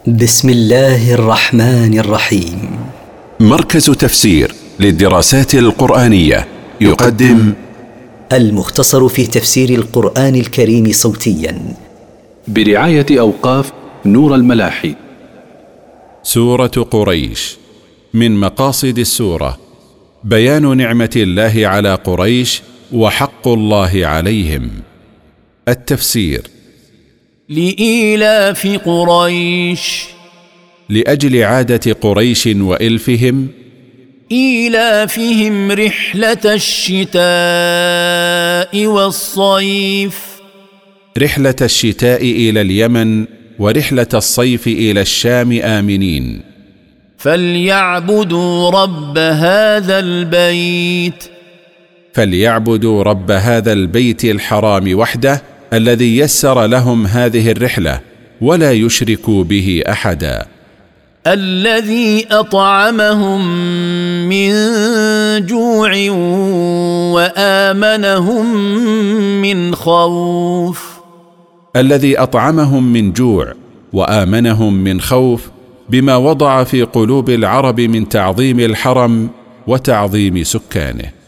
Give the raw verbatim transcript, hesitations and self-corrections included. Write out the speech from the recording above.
بسم الله الرحمن الرحيم. مركز تفسير للدراسات القرآنية يقدم المختصر في تفسير القرآن الكريم صوتيا برعاية أوقاف نور الملاحي. سورة قريش. من مقاصد السورة بيان نعمة الله على قريش وحق الله عليهم. التفسير: لإيلاف قريش، لأجل عادة قريش وإلفهم، إيلافهم رحلة الشتاء والصيف، رحلة الشتاء إلى اليمن ورحلة الصيف إلى الشام آمنين. فليعبدوا رب هذا البيت، فليعبدوا رب هذا البيت الحرام وحده الذي يسر لهم هذه الرحلة ولا يشركوا به أحدا. الذي أطعمهم من جوع وآمنهم من خوف، الذي أطعمهم من جوع وآمنهم من خوف بما وضع في قلوب العرب من تعظيم الحرم وتعظيم سكانه.